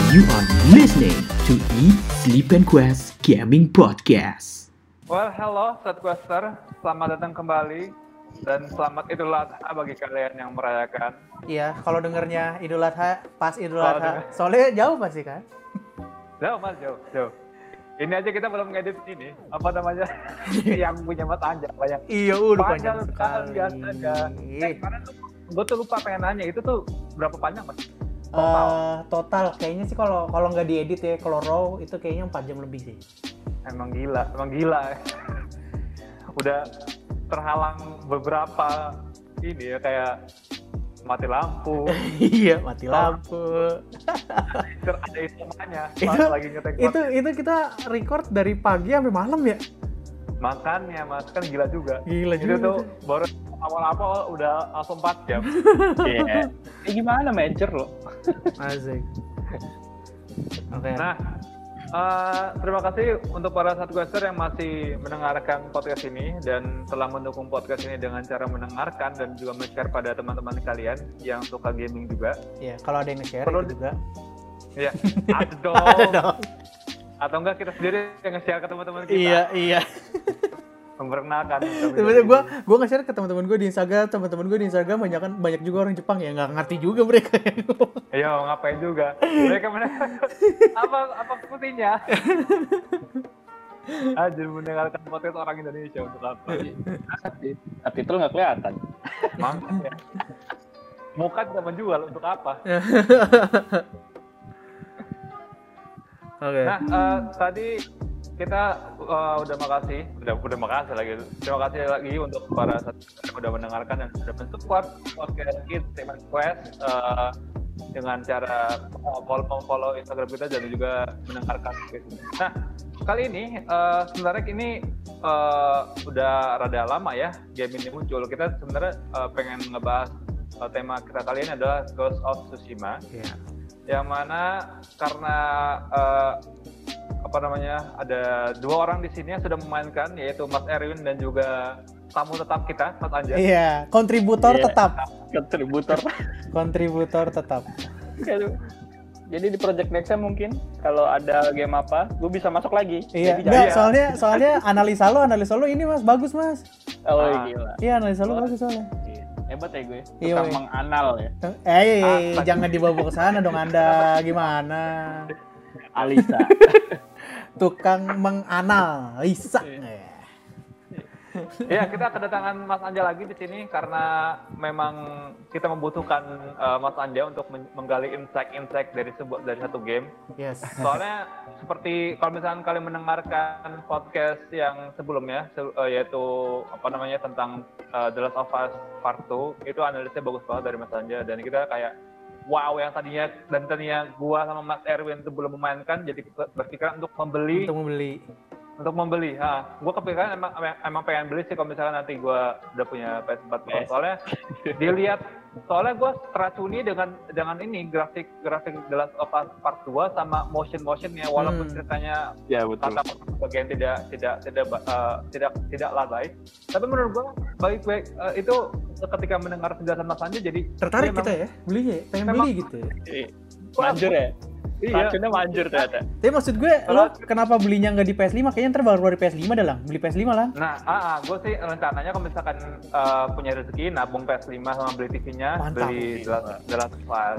You are listening to Eat, Sleep, and Quest Gaming Podcast. Well, hello Setquester, selamat datang kembali dan selamat Idul Adha bagi kalian yang merayakan. Iya, kalau dengernya Idul Adha, pas Idul Adha, soalnya jauh pasti kan? Jauh mas, jauh. Ini aja kita belum ngedit ini, apa namanya, yang punya Mas Anja banyak. Iya, udah panjang panjang sekali. Astaga. Karena tuh, gue tuh lupa pengen nanya, itu tuh berapa panjang mas? Total kayaknya sih kalau nggak diedit ya, kalau raw itu kayaknya 4 jam lebih sih. Emang gila. Udah terhalang beberapa ini ya, kayak mati lampu. Iya, mati lampu. Ada isinya Itu lagi ngetek. Itu kita record dari pagi sampai malam ya. Makannya mas kan gila juga. Gila itu juga. Tuh baru awal-awal udah langsung 4 jam. Iya. Gimana major lo? Asik. Oke. Nah, terima kasih untuk para Setquester yang masih mendengarkan podcast ini dan telah mendukung podcast ini dengan cara mendengarkan dan juga men-share pada teman-teman kalian yang suka gaming juga. Iya, kalau ada yang nge-share itu juga. Iya, ada dong. Ada dong. Atau enggak kita sendiri yang nge-share ke teman-teman kita. Iya. Memperkenalkan. Sebenarnya gue nge-share ke teman-teman gue di Instagram, banyak juga orang Jepang ya, nggak ngerti juga mereka. Iya, ngapain juga. Mereka apa fungsinya? Mendengarkan podcast orang Indonesia untuk apa? Tapi itu nggak kelihatan. Makanya. Muka tidak menjual untuk apa? Oke. Nah, tadi kita udah makasih lagi. Terima kasih lagi untuk para yang udah mendengarkan dan sudah mensupport podcast Eat, Sleep, and Quest dengan cara follow Instagram kita dan juga mendengarkan. Nah, kali ini sebenarnya ini udah rada lama ya game ini muncul. Kita sebenarnya pengen ngebahas tema kita kali ini adalah Ghost of Tsushima. Yeah. Yang mana karena ada 2 orang di sini yang sudah memainkan, yaitu Mas Erwin dan juga tamu tetap kita, Mas Anja. Iya, kontributor tetap. Kontributor tetap. Jadi di Project Nexa mungkin kalau ada game apa, gue bisa masuk lagi. Iya, enggak, soalnya analisa lo ini mas, bagus mas. Gila. Iya, analisa lo bagus soalnya. Hebat ya gue. Iya, Tukang menganal ya. Jangan dibawa ke sana dong Anda, gimana? Alisa. Tukang menganalisa. Ya, kita kedatangan Mas Anja lagi di sini karena memang kita membutuhkan Mas Anja untuk menggali insight dari satu game. Yes. Soalnya seperti kalau misalkan kalian mendengarkan podcast yang sebelumnya, yaitu tentang The Last of Us Part 2, itu analisnya bagus banget dari Mas Anja dan kita kayak wow, yang tadinya gua sama Mas Erwin itu belum memainkan, jadi berpikiran untuk membeli. Gua kepikiran emang pengen beli sih kalau misalkan nanti gua udah punya PS4 Pro. Soalnya gua teracuni dengan ini grafik The Last of Us Part 2 sama motionnya, walaupun ceritanya kata bagian tidak labai, tapi menurut gua baik itu ketika mendengar penjelasan Mas Anja jadi tertarik kita ya belinya, pengen beli gitu. Manjur ya. Iya. Racunnya manjur ternyata. Tapi maksud gue, lo kenapa belinya nggak di PS5? Kayaknya ntar baru di PS5 dah lang. Beli PS5 lah. Nah, gue sih rencananya kalau misalkan punya rezeki nabung PS5 sama beli TV-nya, beli The Last of Us.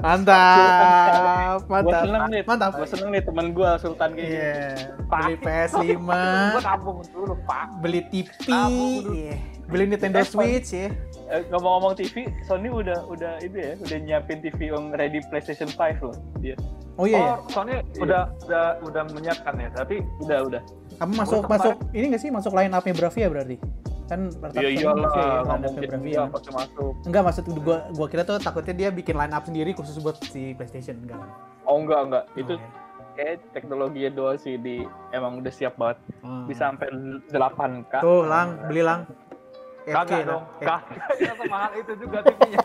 Mantap. Gue seneng nih temen gue Sultan kayak gini. Beli PS5. Gue nabung dulu, Pak. Beli TV. Beli Nintendo Switch ya. Ngomong-ngomong TV, Sony udah itu ya, udah nyiapin TV yang ready PlayStation 5 loh dia. Oh iya. Sony udah menyiapkan ya, tapi udah. Kamu masuk ini nggak sih, masuk line up-nya Bravia berarti? Kan iyalah, ngomongin Bravia pasti masuk. Enggak, maksud gua kira tuh takutnya dia bikin line up sendiri khusus buat si PlayStation, enggak. Oh enggak. Itu kayak teknologinya doang sih emang udah siap banget. Bisa sampai 8K. Tuh, Lang, beli Lang. Kagak dong, kagak semahal itu juga TV-nya.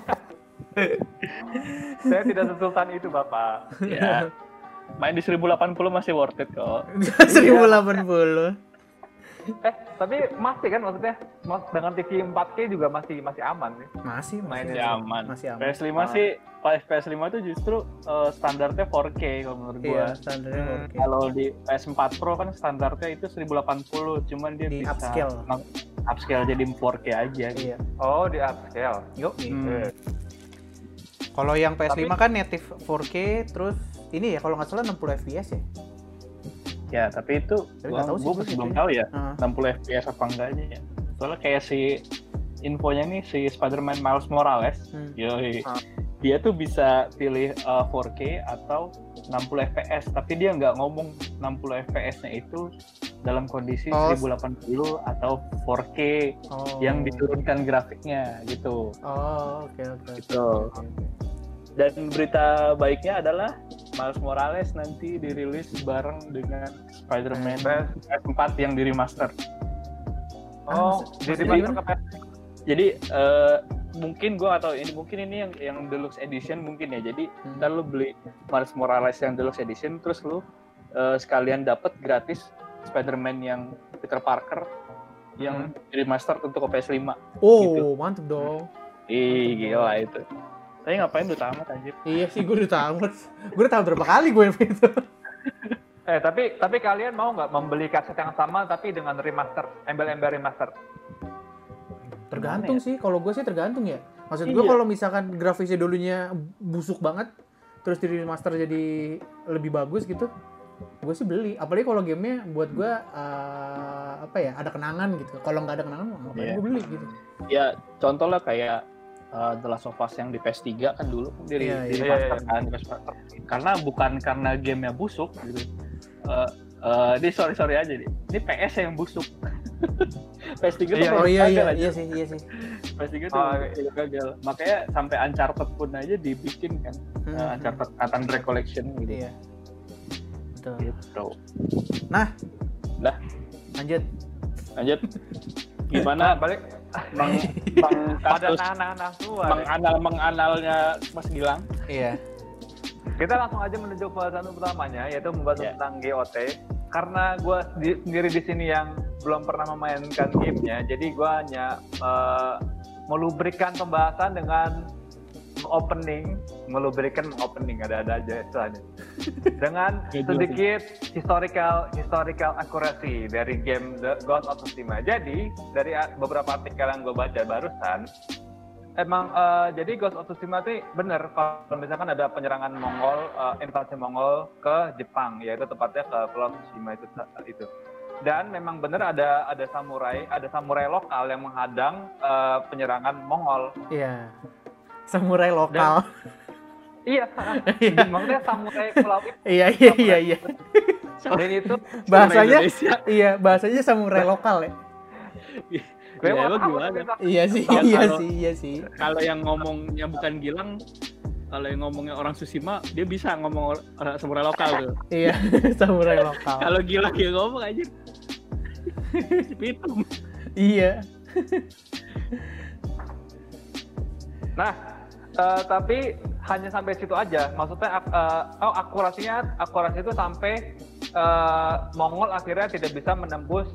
Saya tidak sesultan itu, Bapak. Ya, main di 1080 masih worth it kok. 1080. Tapi masih kan maksudnya dengan TV 4K juga masih aman nih. Masih aman. Masih aman. PS5 sih, PS5 itu justru standarnya 4K kalau menurut gua. Iya, standarnya 4K. Kalau di PS4 Pro kan standarnya itu 1080, cuman dia Di bisa upscale jadi 4K aja gitu. Iya. Oh, di upscale. Yuk. Kalau yang PS5 kan native 4K, terus ini ya kalau nggak salah 60 fps ya. Ya, tapi itu gua masih belum tahu ya 60 fps apa enggaknya ya. Soalnya kayak si infonya nih si Spider-Man Miles Morales, dia tuh bisa pilih 4K atau 60 fps, tapi dia nggak ngomong 60 fps-nya itu dalam kondisi 1080 atau 4K yang diturunkan grafiknya gitu. Oke. Gitu. Dan berita baiknya adalah Miles Morales nanti dirilis bareng dengan Spider-Man PS4 yang di remaster. Jadi mungkin gue atau ini mungkin ini yang deluxe edition mungkin ya. Jadi ntar lu beli Miles Morales yang deluxe edition, terus lu sekalian dapat gratis Spider-Man yang Peter Parker yang remaster untuk PS5. Gitu. Mantep dong. Gila itu. Tapi ngapain udah tamat anjir? Iya sih, gue udah tamat. Gue udah tamat berapa kali gue itu. Tapi kalian mau nggak membeli kaset yang sama tapi dengan remaster, embel-embel remaster? Tergantung sih, kalau gue sih tergantung ya. Maksud gue kalau misalkan grafisnya dulunya busuk banget, terus di remaster jadi lebih bagus gitu, gue sih beli. Apalagi kalau gamenya buat gue ada kenangan gitu. Kalau nggak ada kenangan, ngapain gue beli gitu. Ya contoh lah kayak The Last of Us yang di PS3 kan dulu di remaster kan, karena bukan karena gamenya busuk gitu. Ini sorry aja nih. Ini PS yang busuk. PS3 tuh iya sih. PS3 tuh gagal. Makanya sampai Uncharted pun aja dibikin kan. Uncharted Nathan Drake Collection gitu. Iya. Betul. Gitu. Nah, lanjut. Gimana balik menganalnya Mas Gilang? Iya. Kita langsung aja menuju ke satu pertamanya, yaitu membahas tentang GOT. Karena gue sendiri di sini yang belum pernah memainkan gamenya, jadi gue hanya melubrikan pembahasan dengan melubrikan ada aja istilahnya. Dengan sedikit historical accuracy dari game The Ghost of Tsushima. Jadi dari beberapa artikel yang gue baca barusan, emang jadi Ghost of Tsushima itu benar kalau misalkan ada penyerangan Mongol, invasi Mongol ke Jepang, yaitu tepatnya ke Pulau Tsushima itu. Dan memang benar ada samurai lokal yang menghadang penyerangan Mongol. Iya. Samurai lokal. Iya. Maksudnya samurai pulau itu. Iya. Dan itu bahasanya samurai lokal ya. Iya sih. Kalau yang ngomongnya bukan Gilang, kalau yang ngomongnya orang Tsushima, dia bisa ngomong orang samurai lokal tuh. Iya, samurai lokal. Kalau Gilang yang ngomong aja pitum. Iya. Nah, tapi hanya sampai situ aja. Maksudnya akurasi itu sampai Mongol akhirnya tidak bisa menembus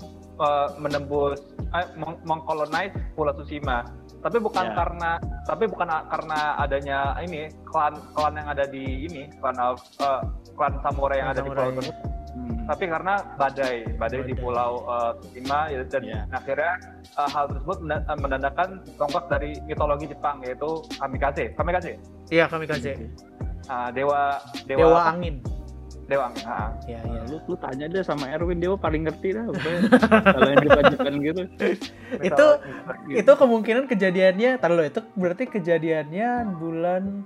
mengkolonize Pulau Tsushima. Tapi bukan karena adanya ini klan yang ada di ini, klan samurai yang ada di Pulau Tsushima. Tapi karena badai di Pulau Tsushima dan akhirnya hal tersebut menandakan tonggak dari mitologi Jepang, yaitu kamikaze. Iya, kamikaze. Dewa angin. Iya. Lu tanya deh sama Erwin, dia paling ngerti dah. Kalau yang Jepang gitu. Itu kemungkinan kejadiannya. Itu berarti kejadiannya bulan.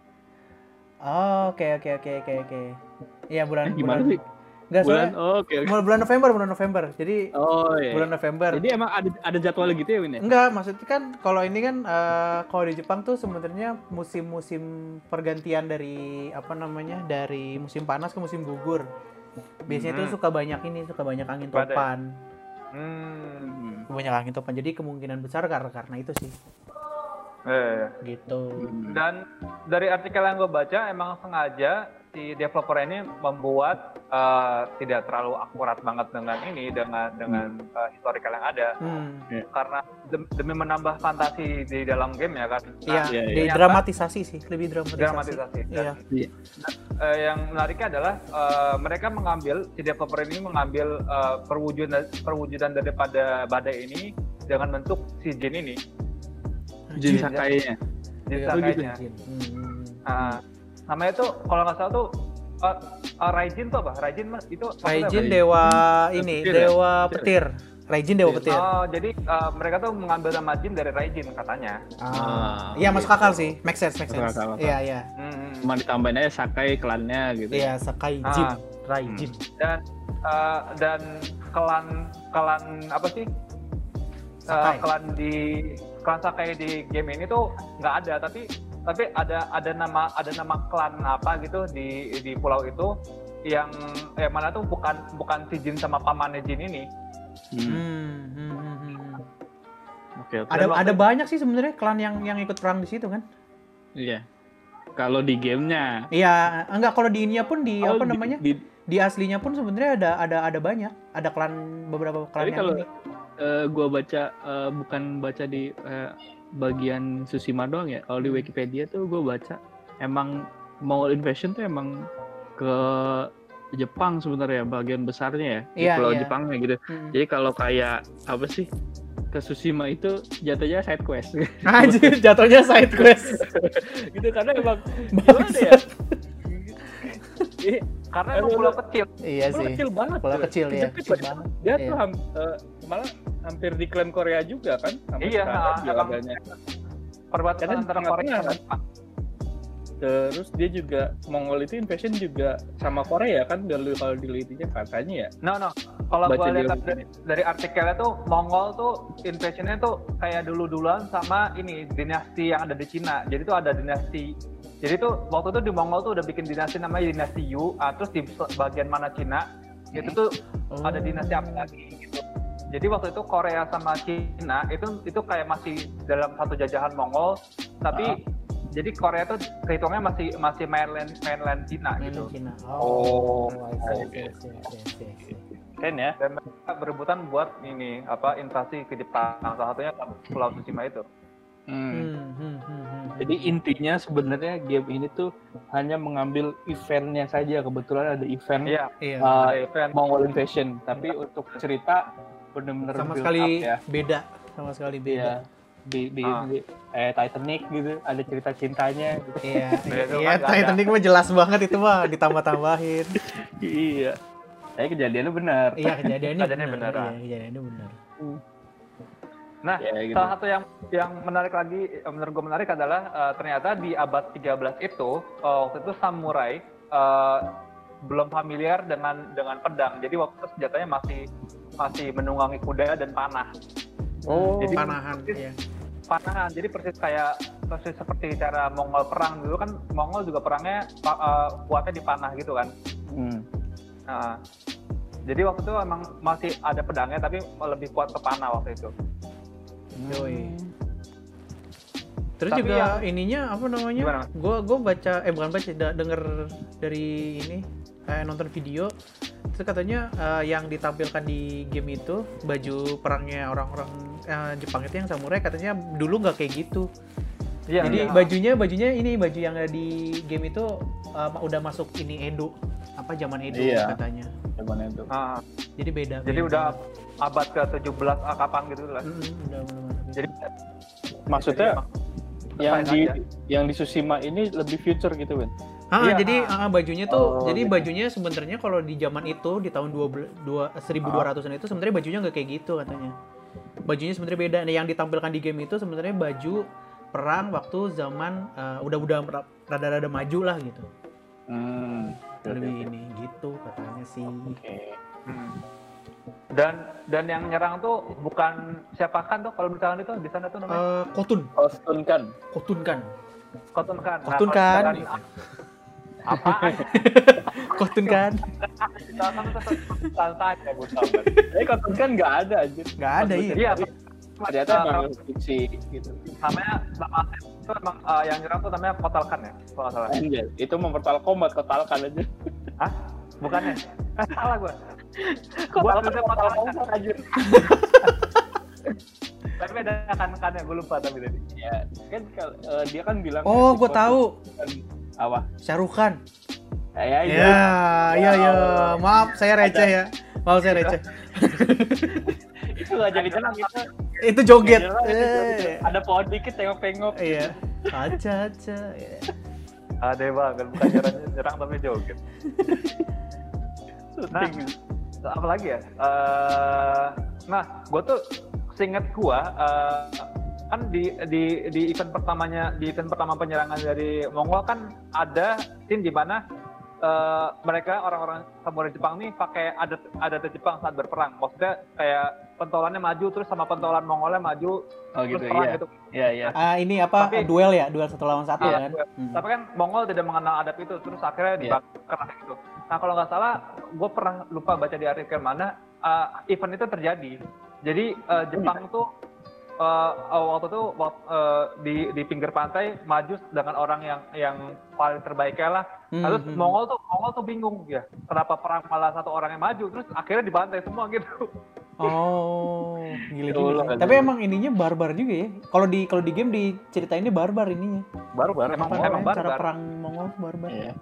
Oke. Iya, bulan. Gimana sih? Enggak, bulan November. Jadi bulan November. Jadi emang ada jadwal gitu ya, Win? Enggak, maksudnya kan kalau ini kan kalau di Jepang tuh sebenarnya musim pergantian dari dari musim panas ke musim gugur. Biasanya tuh suka banyak angin topan. Banyak angin topan. Jadi kemungkinan besar karena itu sih. Gitu. Dan dari artikel yang gue baca emang sengaja si developer ini membuat tidak terlalu akurat banget dengan historical yang ada, karena demi menambah fantasi di dalam game ya kan. Iya, dramatisasi sih, lebih dramatisasi. Iya. Yang menariknya adalah mereka si developer ini mengambil perwujudan daripada badai ini dengan bentuk si Jin ini. Jin Sakai-nya. Namanya tuh kalau nggak salah tuh Raijin tuh apa? Raijin mas itu. Raijin dewa ini, dewa petir. Raijin dewa petir. Oh, jadi mereka tuh mengambil nama Jin dari Raijin katanya. Iya, masuk akal sih. Make sense. Iya. Cuma ditambahin aja Sakai klannya gitu. Iya, Sakai Jin, Raijin. Dan klan apa sih? Klan Sakai di game ini tuh nggak ada, tapi ada nama klan apa gitu di pulau itu yang mana tuh bukan si Jin sama pamannya Jin ini. Okay. Ada banyak sih sebenarnya klan yang ikut perang di situ kan? Iya. Kalau di gamenya. Iya, enggak, kalau di ininya pun di aslinya pun sebenarnya ada banyak, ada beberapa klan. Tapi yang kalau gua baca bukan baca di bagian Tsushima doang ya. Kalau di Wikipedia tuh gue baca emang Mongol Invasion tuh emang ke Jepang sebenarnya bagian besarnya ya. Di pulau Jepangnya gitu. Jadi kalau kayak apa sih ke Tsushima itu jatuhnya side quest. Anjir, jatuhnya side quest. Gitu karena emang gimana ya? Karena emang pulau kecil. Iya sih. Kecil banget. Pulau kecil ya. Kecil banget. Dia tuh malah hampir diklaim Korea juga kan? Iya, perbatasan antara Korea dan Jepang. Terus dia juga Mongol itu invasion juga sama Korea kan kalau dilitinya katanya ya. No. Kalau gue lihat dari artikelnya tuh Mongol tuh invasionnya tuh kayak duluan sama ini dinasti yang ada di Cina. Jadi tuh ada dinasti. Jadi tuh waktu itu di Mongol tuh udah bikin dinasti namanya dinasti Yu. Terus di bagian mana Cina itu tuh ada dinasti apa lagi gitu. Jadi waktu itu Korea sama Cina itu kayak masih dalam satu jajahan Mongol, tapi jadi Korea tuh kehitungnya masih mainland Cina gitu. Oke. Keren ya. Dan mereka berebutan buat invasi ke Jepang, salah satunya Pulau Tsushima itu. Jadi intinya sebenarnya game ini tuh hanya mengambil eventnya saja. Kebetulan ada event Mongol Invasion, tapi untuk cerita benar-benar sama sekali beda. Di Titanic gitu, ada cerita cintanya gitu. Iya, Titanic mah jelas banget itu mah ditambah-tambahin. Iya. Tapi kejadiannya benar. Iya, kejadiannya benar. Nah, gitu. Salah satu yang menarik lagi, menurut gue menarik adalah ternyata di abad 13 itu waktu itu samurai belum familiar dengan pedang. Jadi waktu itu senjatanya masih menunggangi kuda dan panah. Jadi panahan. Panahan. Jadi persis seperti cara Mongol perang dulu kan. Mongol juga perangnya kuatnya di panah gitu kan. Jadi waktu itu emang masih ada pedangnya tapi lebih kuat ke panah waktu itu. Terus tapi juga ininya apa namanya? Gue baca denger dari ini nonton video. Terus katanya yang ditampilkan di game itu baju perangnya orang-orang Jepang itu yang samurai katanya dulu nggak kayak gitu. Jadi bajunya ini baju yang ada di game itu udah masuk ini Edo, zaman Edo katanya. Zaman Edo. Jadi beda. Jadi udah abad ke-17 kapan gitu lah. Jadi maksudnya yang di Tsushima ini lebih future gitu kan. Jadi bajunya tuh bajunya sebenarnya kalau di zaman itu di tahun 1200-an itu sebenarnya bajunya nggak kayak gitu katanya. Bajunya sebenarnya beda. Nah, yang ditampilkan di game itu sebenarnya baju perang waktu zaman udah rada-rada maju lah gitu. Lebih ini gitu katanya sih. Dan yang nyerang tuh bukan siapa kan tuh kalau misalnya itu di sana tuh namanya Khotun kan. Apaan? Khotun kan. Santai ya, Bu. Khotun kan nggak ada anjir. Nggak ada, iya. ternyata emang fiksi gitu. Namanya selama itu emang yang nyerang tuh namanya Kotalkan ya, kalau nggak salah. Anjir, itu mempertal combat Kotalkan aja. Hah? Bukannya? Salah gue. Kotalkan anjir. Tapi ada kan ya, gue lupa tapi tadi. Ya, kan dia kan bilang. Oh, gue tahu. Apa? Syarukan. Ya. Maaf, saya receh ya. Maaf, saya receh. Itu nggak jadi jalan gitu. Itu joget. Ada pohon dikit tengok-tengok. Iya. Aja. Ada banget, bukan nyerang tapi joget. Nah, apa lagi ya? Nah, gue tuh seingat gue kan di event pertama penyerangan dari Mongol kan ada scene di mana mereka orang-orang samurai Jepang nih pakai adat Jepang saat berperang. Maksudnya kayak pentolannya maju terus sama pentolan Mongolnya maju terus perang gitu. Iya. Ini apa? Tapi, duel satu lawan satu kan. Tapi kan Mongol tidak mengenal adat itu terus akhirnya dibakar gitu. Nah kalau nggak salah, gue pernah lupa baca di artikel mana event itu terjadi. Jadi Jepang tuh waktu itu di pinggir pantai maju dengan orang yang paling terbaiknya lah. Terus Mongol tuh bingung ya, kenapa perang malah satu orang yang maju, terus akhirnya dibantai semua gitu. Oh, gila. Tapi emang ininya barbar juga ya. Kalau di game diceritainnya barbar ininya. Barbar. Emang barbar. Cara perang Mongol barbar. Iya.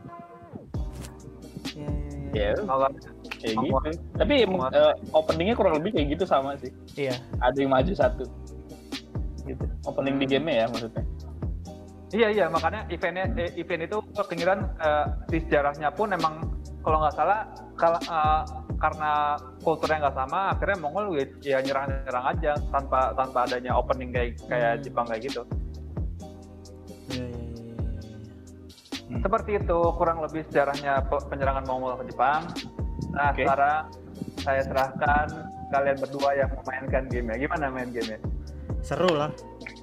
Ya. Kayak gitu. Tapi openingnya kurang lebih kayak gitu sama sih. Iya. Ada yang maju satu. Gitu. Opening di game-nya ya maksudnya. Iya, makanya event itu kedengeran di sejarahnya pun emang kalau nggak salah karena kulturnya nggak sama, akhirnya Mongol ya nyerang aja tanpa adanya opening kayak Jepang kayak gitu. Seperti itu kurang lebih sejarahnya penyerangan Mongol ke Jepang. Nah, sekarang saya serahkan kalian berdua yang memainkan game-nya. Gimana main game-nya? Seru lah.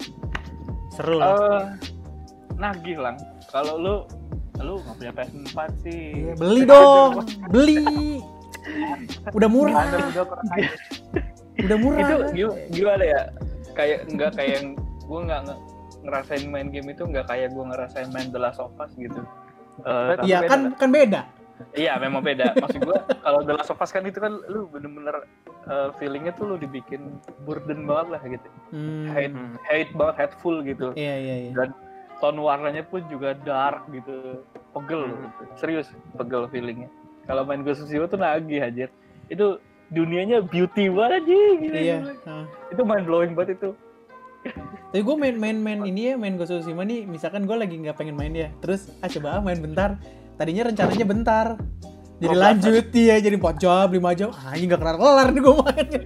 Nagih lang. Kalau lu nggak punya PS4 sih. Iya, beli dong. Beli. Udah murah. Udah murah. Itu gimana ya? Kayak yang gue nggak ngerasain main game itu nggak kayak gue ngerasain main The Last of Us gitu. Iya kan beda. Iya memang beda. Maksud gue kalau The Last of Us kan itu kan lu bener-bener feelingnya tuh lu dibikin burden banget lah gitu. Hate banget, hateful gitu. Iya. Dan tone warnanya pun juga dark gitu. Pegel gitu. Serius pegel feelingnya. Kalau main Ghost of Tsushima tuh nagih aja. Itu dunianya beauty banget aja gitu. Iya. Itu mind blowing banget itu. Tapi gue main Ghost of Tsushima nih, misalkan gue lagi nggak pengen main ya, terus coba main bentar. Tadinya rencananya bentar, jadi lanjut ya, jadi 4 jam, 5 jam, ini nggak kelar nih gue mainnya.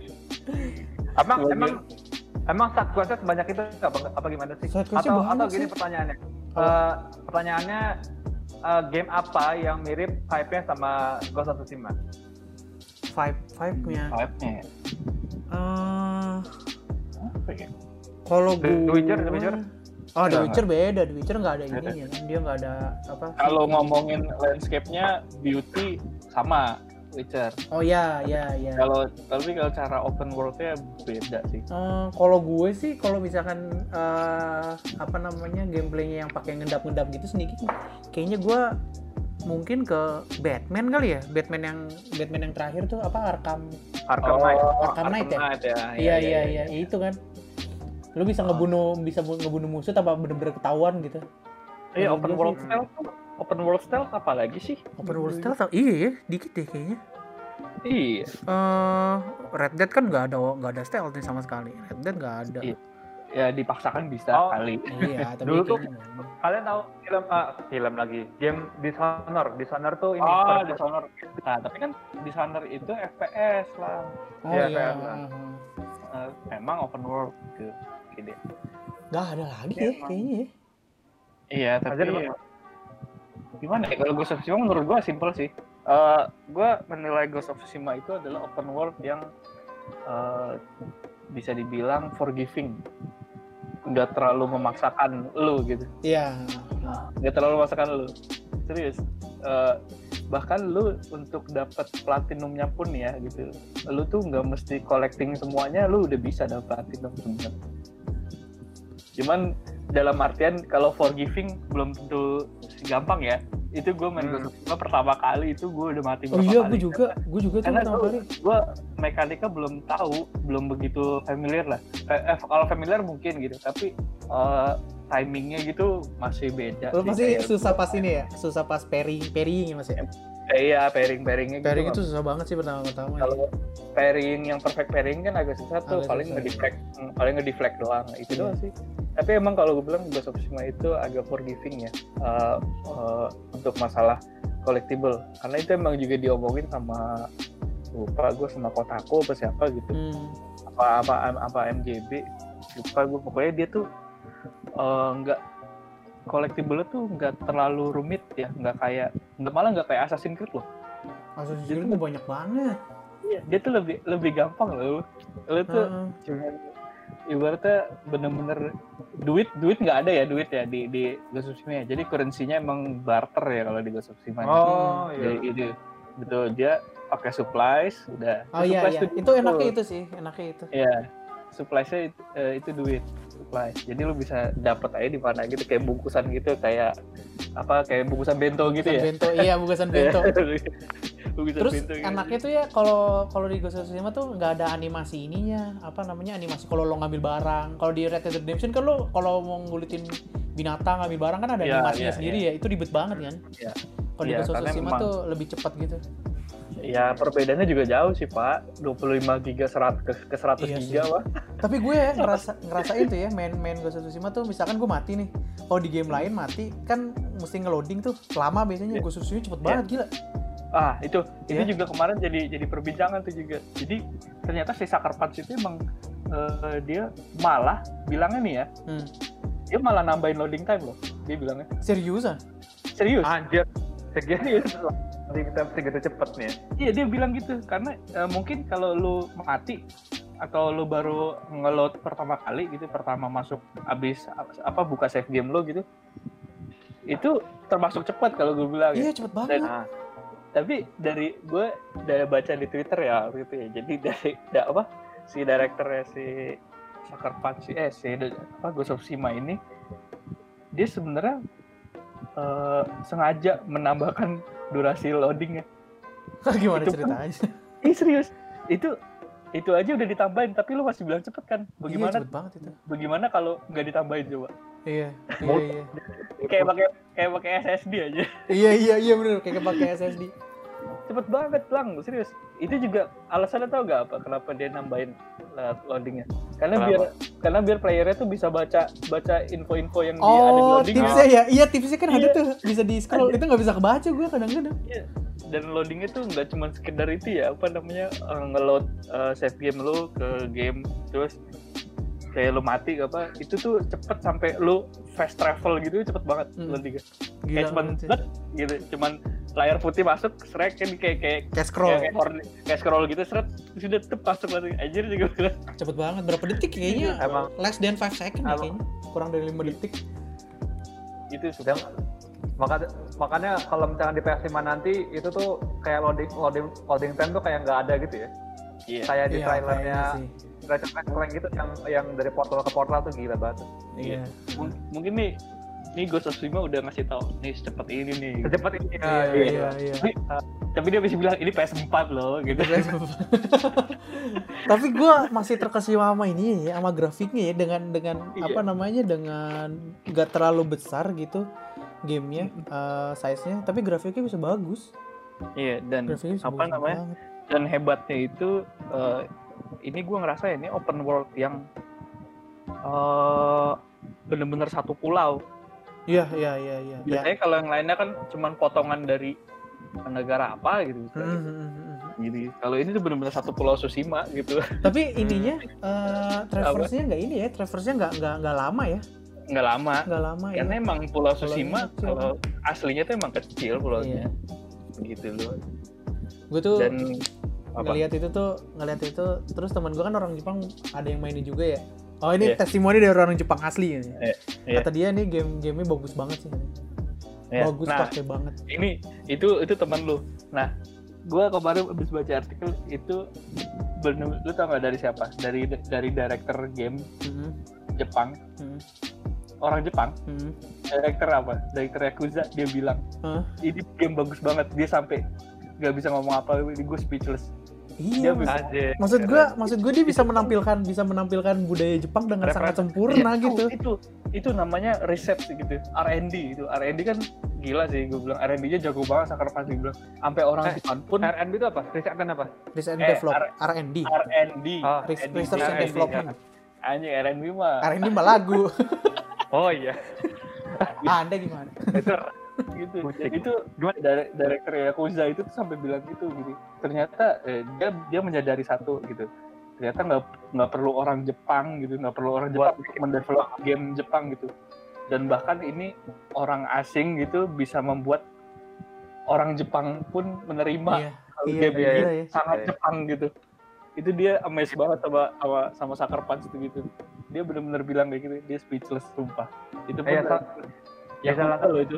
Emang side quest-nya sebanyak itu apa gimana sih? Atau gini pertanyaannya, pertanyaannya game apa yang mirip vibe-nya sama Ghost of Tsushima? Vibe-nya? Vibe-nya apa ya? Kalau gue The Witcher? The Witcher beda, The Witcher nggak ada ininya kan, dia nggak ada apa. Kalau ngomongin landscape-nya beauty sama Witcher. Oh iya. Tapi kalau cara open world-nya beda sih. Kalau gue sih, kalau misalkan gameplaynya yang pakai ngedap gitu sedikit, kayaknya gue mungkin ke Batman kali ya. Batman yang terakhir tuh apa? Arkham Knight ya. Iya itu kan. Lu bisa ngebunuh musuh tanpa bener-bener ketahuan gitu. Iya, open world stealth apa lagi sih? Open world stealth iya dikit deh kayaknya. Iya. Red Dead kan nggak ada stealth nih sama sekali. Red Dead nggak ada. Iya. Ya dipaksakan bisa kali. Iya, tapi dulu tuh kalian tahu film lagi game Dishonored tuh ini. Dishonored. Nah, tapi kan Dishonored itu FPS lah. Iya. Memang open world gitu. Nggak ada lagi ya kayaknya ya. Iya, tapi gimana ya, kalau Ghost of Tsushima menurut gue simple sih. Gue menilai Ghost of Tsushima itu adalah open world yang bisa dibilang forgiving, nggak terlalu memaksakan lu gitu. Iya. Nggak terlalu memaksakan lu. Serius. bahkan lu untuk dapat platinumnya pun ya gitu, lu tuh nggak mesti collecting semuanya, lu udah bisa dapat platinum sebenarnya. Cuman dalam artian kalau forgiving belum tentu gampang ya. Itu gue main Ghost of Tsushima pertama kali itu gue udah mati berapa kali. Gue juga tuh pertama kali. Gue mekanika belum tahu, belum begitu familiar lah. Kalau familiar mungkin gitu, tapi timingnya gitu masih beda. Lo pasti susah pas ini ya, susah pas pairing ya mas ya? Iya, pairingnya pairing gitu. Itu susah banget sih pertama-tama. Kalau pairing yang perfect pairing kan agak susah tuh, paling ngedeflect doang. Itu doang sih. Tapi emang kalau gue bilang Ghost of Tsushima itu agak forgiving ya untuk masalah collectible, karena itu emang juga diomongin sama lupa gue sama Kotaku apa siapa gitu, apa MGB lupa gue, pokoknya dia tuh nggak collectible tuh nggak terlalu rumit ya, nggak kayak Assassin's Creed loh. Assassin's Creed tuh banyak banget. Iya, dia tuh lebih gampang loh. Lo tuh cuman ibaratnya bener-bener duit nggak ada ya di Ghost of Tsushima ya. Jadi currency-nya emang barter ya kalau di Ghost of Tsushima. Iya. Itu betul, dia pakai supplies udah. Supplies itu enaknya itu sih, Iya. Supplies-nya itu duit, supplies. Jadi lu bisa dapat aja di mana gitu, kayak bungkusan gitu, kayak bungkusan bento gitu ya. Bungkusan bento. Terus bento, enaknya tuh ya kalau di Ghost of Tsushima tuh nggak ada animasi ininya, animasi kalau lo ngambil barang. Kalau di Red Dead Redemption kan lo kalau mau ngulitin binatang ngambil barang kan ada animasinya sendiri ya, itu ribet banget kan. Iya. Kalau di Ghost of Tsushima tuh lebih cepat gitu. Ya perbedaannya juga jauh sih Pak, 25 giga ke 100 giga Pak. Tapi gue ya ngerasain tuh ya main Ghost of Tsushima tuh, misalkan gue mati nih, kalau di game lain mati kan mesti ngeloading tuh lama biasanya. Ghost of Tsushima cepet banget gila. Itu juga kemarin jadi perbincangan tuh juga. Jadi ternyata si Sucker Punch itu emang dia malah bilangnya nih ya, dia malah nambahin loading time loh, dia bilangnya. Serius? Anjir, serius. Kita segitu cepet nih ya? Iya, dia bilang gitu, karena mungkin kalau lu mati atau lu baru nge-load pertama kali gitu, pertama masuk abis buka save game lo gitu, itu termasuk cepat kalau gue bilang. Iya, cepet banget. Tapi dari gue udah baca di Twitter ya gitu ya, jadi dari si direkturnya si Sucker Punch Ghost of Tsushima ini, dia sebenarnya sengaja menambahkan durasi loadingnya. Gimana ceritanya? Serius, itu aja udah ditambahin, tapi lu masih bilang cepet kan? Bagaimana? Iya, cepet banget itu. Bagaimana kalau nggak ditambahin coba? Iya. Kayak pakai SSD aja. Iya bener, kayak pakai SSD. Cepet banget Lang, serius. Itu juga alasannya tau gak apa kenapa dia nambahin loadingnya? Karena biar playernya tuh bisa baca info-info yang ada di loading. Tipsnya ya? Iya, tipsnya kan ada tuh, bisa di scroll. Itu nggak bisa kebaca gue kadang-kadang. Iya. Dan loadingnya tuh nggak cuma sekedar itu ya, nge-load save game lo ke game, terus kayak lo mati itu tuh cepet sampai lo fast travel gitu, cepet banget loadingnya. Kayak cuman gitu, cuman layar putih masuk, srek kan kayak scroll. Kayak scroll gitu, seret sudah masuk lagi. Anjir juga. Cepet banget, berapa detik kayaknya? Emang less than 5 second ya kayaknya. Kurang dari 5 detik. Itu sudah. Makanya kalau misalkan di PS5 nanti itu tuh kayak loading time tuh kayak nggak ada gitu ya. Iya. Kayak di trailernya Ratchet & Clank gitu yang dari portal ke portal tuh gila banget. Iya. Mungkin nih Ghost of Tsushima udah ngasih tau nih secepat ini nih. Secepat ini. Iya. Tapi dia masih bilang ini PS4 loh gitu. Tapi gue masih terkesima sama ini ya, sama grafiknya ya, dengan dengan nggak terlalu besar gitu gamenya, size-nya, tapi grafiknya bisa bagus. Iya, dan dan hebatnya itu ini gue ngerasa ini open world yang benar-benar satu pulau. Iya. Biasanya kalau yang lainnya kan cuman potongan dari negara apa gitu. Jadi kalau ini tuh benar-benar satu pulau Tsushima gitu. Tapi ininya traverse-nya nggak lama ya? Nggak lama ya. Karena emang pulau Tsushima kalau aslinya tuh emang kecil pulaunya. Gitu loh. Gue tuh ngelihat itu terus teman gue kan orang Jepang, ada yang mainin juga ya. Oh ini testimoni dari orang Jepang asli ya. Kata dia nih gamenya bagus banget sih. Bagus, pakai banget. Itu teman lu. Nah, gue kemarin habis baca artikel itu, lu tau nggak dari siapa? Dari director game Jepang, orang Jepang. Director apa? Director Yakuza, dia bilang ini game bagus banget. Dia sampai nggak bisa ngomong apa, gue speechless. Iya, maksud gue dia bisa menampilkan budaya Jepang dengan sangat sempurna gitu. Itu namanya riset gitu, R&D itu. R&D kan gila sih, gue bilang R&D-nya jago banget, Sucker Punch bilang. Sampai orang Jepang pun. R&D itu apa? Research and apa? Research and Development. R&D. Research and Development. Anjing, R&D mah lagu. Oh iya. Anda gimana? Gitu. Itu director Yakuza itu tuh sampai bilang gitu. Ternyata dia menyadari satu gitu. Ternyata nggak perlu orang Jepang gitu, nggak perlu orang Jepang untuk mendevelop game Jepang gitu. Dan bahkan ini orang asing gitu bisa membuat orang Jepang pun menerima game ini sangat Jepang gitu. Itu dia amazed banget sama Sucker Punch itu gitu. Dia benar-benar bilang kayak gitu, dia speechless sumpah. Itu pun salah satu itu.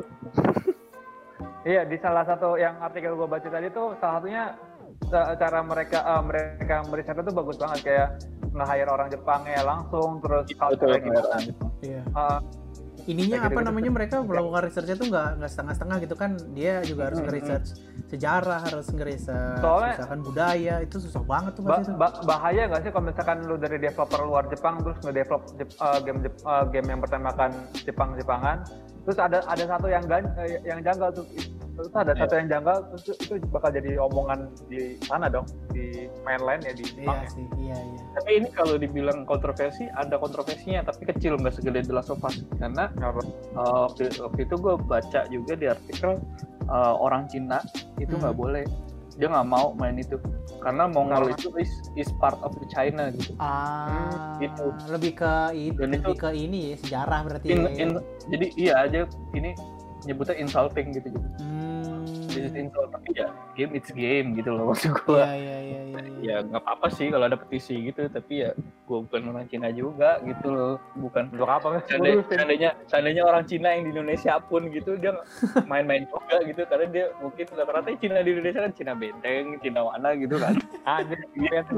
Iya, di salah satu yang artikel gue baca tadi tuh salah satunya cara mereka meriset itu bagus banget, kayak nge-hire orang Jepangnya langsung, terus culture gimana. Iya. Ininya apa namanya, mereka melakukan research-nya tuh nggak setengah-setengah gitu kan. Dia juga harus nge-research sejarah, harus nge-research misalkan budaya, itu susah banget tuh. Bahaya nggak sih kalau misalkan lu dari developer luar Jepang terus nge-develop game yang bertemakan Jepang-Jepangan, terus ada satu yang janggal tuh. Terus ada satu yang janggal, terus itu bakal jadi omongan di sana dong, di mainland ya, di Jepang. Iya. Tapi ini kalau dibilang kontroversi, ada kontroversinya, tapi kecil, nggak segede The Last of Us. Karena waktu itu gue baca juga di artikel orang Cina itu nggak boleh, dia nggak mau main itu karena Mongol itu is part of the China gitu. Gitu. Lebih ke ini ya, sejarah berarti. Jadi iya aja, ini nyebutnya insulting gitu. This is insult, tapi ya it's game gitu loh maksud gue. Iya. Ya nggak apa-apa sih kalau ada petisi gitu, tapi ya gue bukan orang Cina juga gitu loh, bukan. Untuk apa? Seandainya orang Cina yang di Indonesia pun gitu, dia main-main juga gitu, karena dia mungkin rata-rata Cina di Indonesia kan Cina Benteng, Cina mana gitu kan. Gitu.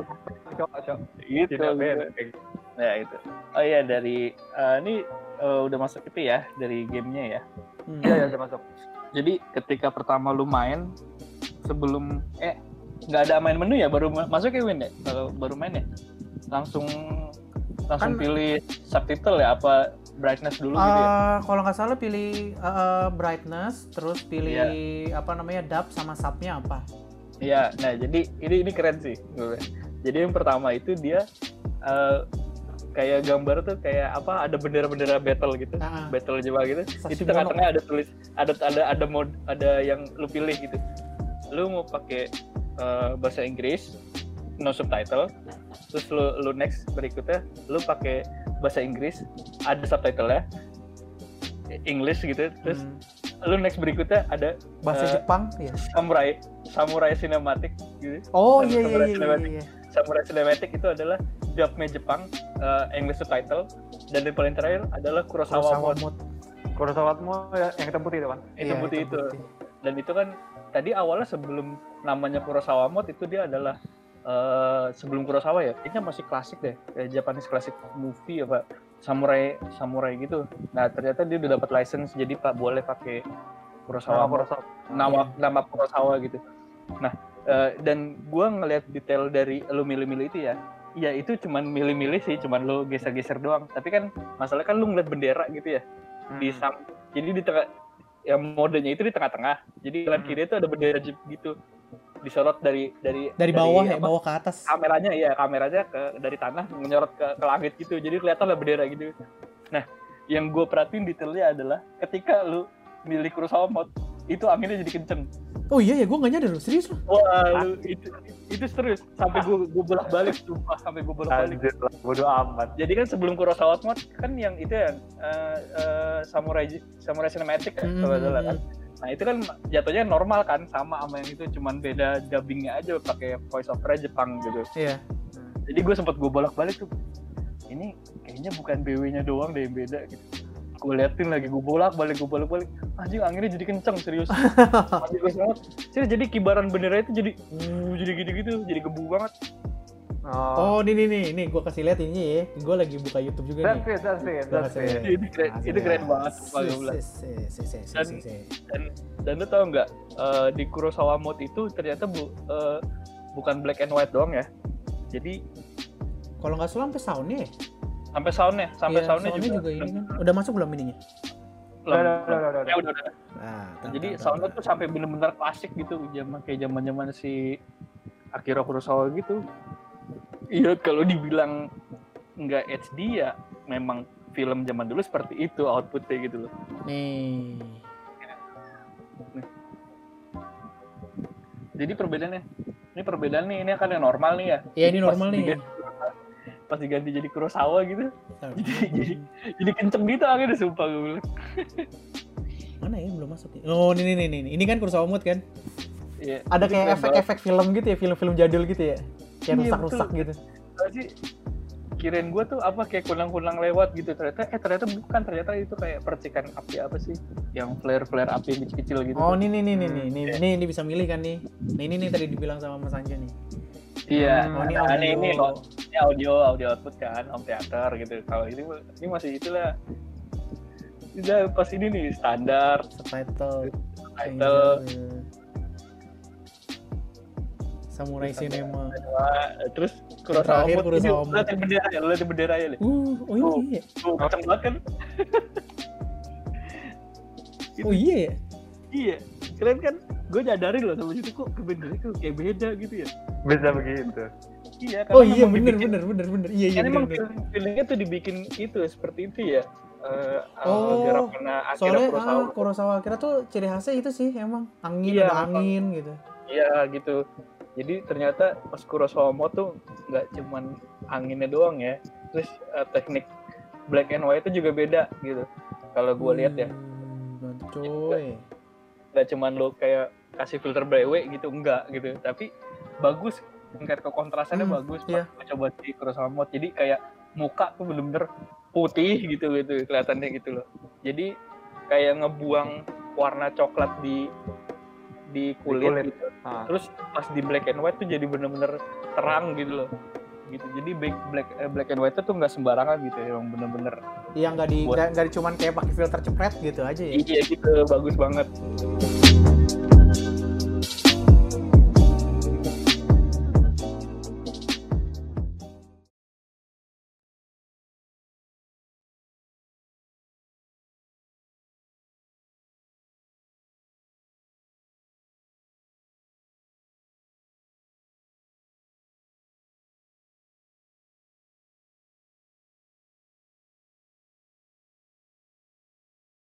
Cina Benteng. Nah itu. Oh iya, dari ini udah masuk itu ya, dari gamenya ya. Iya udah masuk. Jadi ketika pertama lu main, sebelum nggak ada main menu ya, baru masuk ya Win ya? Kalau baru main ya langsung kan, pilih subtitle ya, apa brightness dulu gitu ya? Kalau nggak salah pilih brightness, terus pilih apa namanya, dub sama subnya apa? Iya, nah jadi ini keren sih. Jadi yang pertama itu dia kayak gambar tuh kayak apa, ada bendera-bendera battle gitu, battle Jepang gitu. Itu tengah-tengah ada tulis, ada mode, ada yang lu pilih gitu. Lu mau pakai bahasa Inggris, no subtitle. Terus lu next berikutnya lu pakai bahasa Inggris, ada subtitle ya, English gitu. Terus lu next berikutnya ada bahasa Jepang ya, samurai cinematic gitu. Oh iya. Samurai cinematic itu adalah dubnya Jepang, English subtitle, dan yang paling terakhir adalah Kurosawa mode. Kurosawa mode ya, yang hitam putih itu kan? Hitam putih itu. Dan itu kan tadi awalnya sebelum namanya Kurosawa mode itu dia adalah sebelum Kurosawa ya, ini masih klasik deh, kayak Japanese classic movie apa, samurai gitu. Nah ternyata dia udah dapat license, jadi boleh pakai Kurosawa nama Kurosawa gitu. Nah dan gue ngelihat detail dari lu milih-milih itu ya itu cuman milih-milih sih, cuman lu geser-geser doang. Tapi kan masalahnya kan lu ngeliat bendera gitu ya, jadi di tengah, yang modenya itu di tengah-tengah. Jadi kanan kiri itu ada bendera gitu, disorot dari bawah ya, bawah ke atas. Kameranya dari tanah menyorot ke langit gitu. Jadi kelihatan lah bendera gitu. Nah, yang gue perhatiin detailnya adalah ketika lu milih Kurosawa mode, itu anginnya jadi kenceng. Oh iya ya, gue nggak nyadar, serius loh. Wah, itu serius. Sampai gue bolak-balik, sumpah, sampai gue bolak-balik. Bodoh amat. Jadi kan sebelum Kurosawa mode kan yang itu ya, samurai cinematic kan, kan. Nah itu kan jatuhnya normal kan, sama yang itu, cuman beda dubbingnya aja, pakai voice over Jepang gitu. Iya. Jadi gue bolak-balik tuh. Ini kayaknya bukan BW-nya doang deh yang beda gitu. Gue liatin lagi, gue bolak-balik. anjing anginnya jadi kenceng serius. Bagus banget. Serius jadi kibaran bendera itu jadi gitu, jadi gebu banget. Oh, nih, gue kasih lihat ini ya. Gue lagi buka YouTube juga nih. That's it. Itu keren banget. Dan lu tau nggak di Kurosawa mode itu ternyata bukan black and white doang ya. Jadi kalau nggak salah sampai soundnya ya? Sampai soundnya juga ini kan. Udah masuk belum ininya? Udah. Jadi soundnya tuh sampai bener-bener klasik gitu, kayak zaman si Akira Kurosawa gitu. Iya, kalau dibilang nggak HD ya memang film zaman dulu seperti itu outputnya gitu loh. Nih. Jadi perbedaannya ini kan yang normal nih ya. Iya, ini normal nih. Pas diganti jadi Kurosawa gitu. Jadi kenceng gitu akhirnya sumpah gue bilang. Mana ya belum masuk ya? Oh, ini. Ini kan Kurosawa mode kan? Iya. Ada kayak efek-efek film gitu ya, film-film jadul gitu ya. Kayak rusak-rusak gitu. Sih kirain gue tuh kayak kunang-kunang lewat gitu, ternyata bukan, ternyata itu kayak percikan api apa sih yang flare api yang kecil-kecil gitu. Oh ini bisa milih kan nih. Nah ini tadi dibilang sama Mas Anja nih. Iya. Ini audio output kan, home theater gitu. Kalau ini masih itulah. Udah pas ini nih standar subtitle. Samurai Cinema. Terus Kurosawa mode. Lihat bendera ya. Iya. Kenceng banget kan? Oh iya ya? Iya. Keren kan? Gue nyadarin loh sama situ kok bendera itu kayak beda gitu ya. Bisa begitu. Iya. Oh iya bener. Iya. Kan emang filmnya tuh dibikin itu seperti itu ya. Soalnya Kurosawa Akira tuh ciri khasnya itu sih emang ada angin gitu. Iya gitu. Jadi ternyata pas Kurosawa mode tuh nggak cuman anginnya doang ya, terus teknik black and white itu juga beda gitu. Kalau gue lihat ya, nggak cuman lo kayak kasih filter brewe gitu, enggak gitu, tapi bagus, tingkat kekontrasannya bagus. Pas gue coba di Kurosawa mode, jadi kayak muka tuh bener-bener putih gitu kelihatannya gitu loh. Jadi kayak ngebuang warna coklat di kulit. Gitu. Terus pas di black and white tuh jadi bener-bener terang gitu loh. Gitu. Jadi black and white tuh nggak sembarangan gitu, emang bener-bener. Iya nggak cuman kayak pakai filter cepret gitu aja ya. Iya gitu, bagus banget.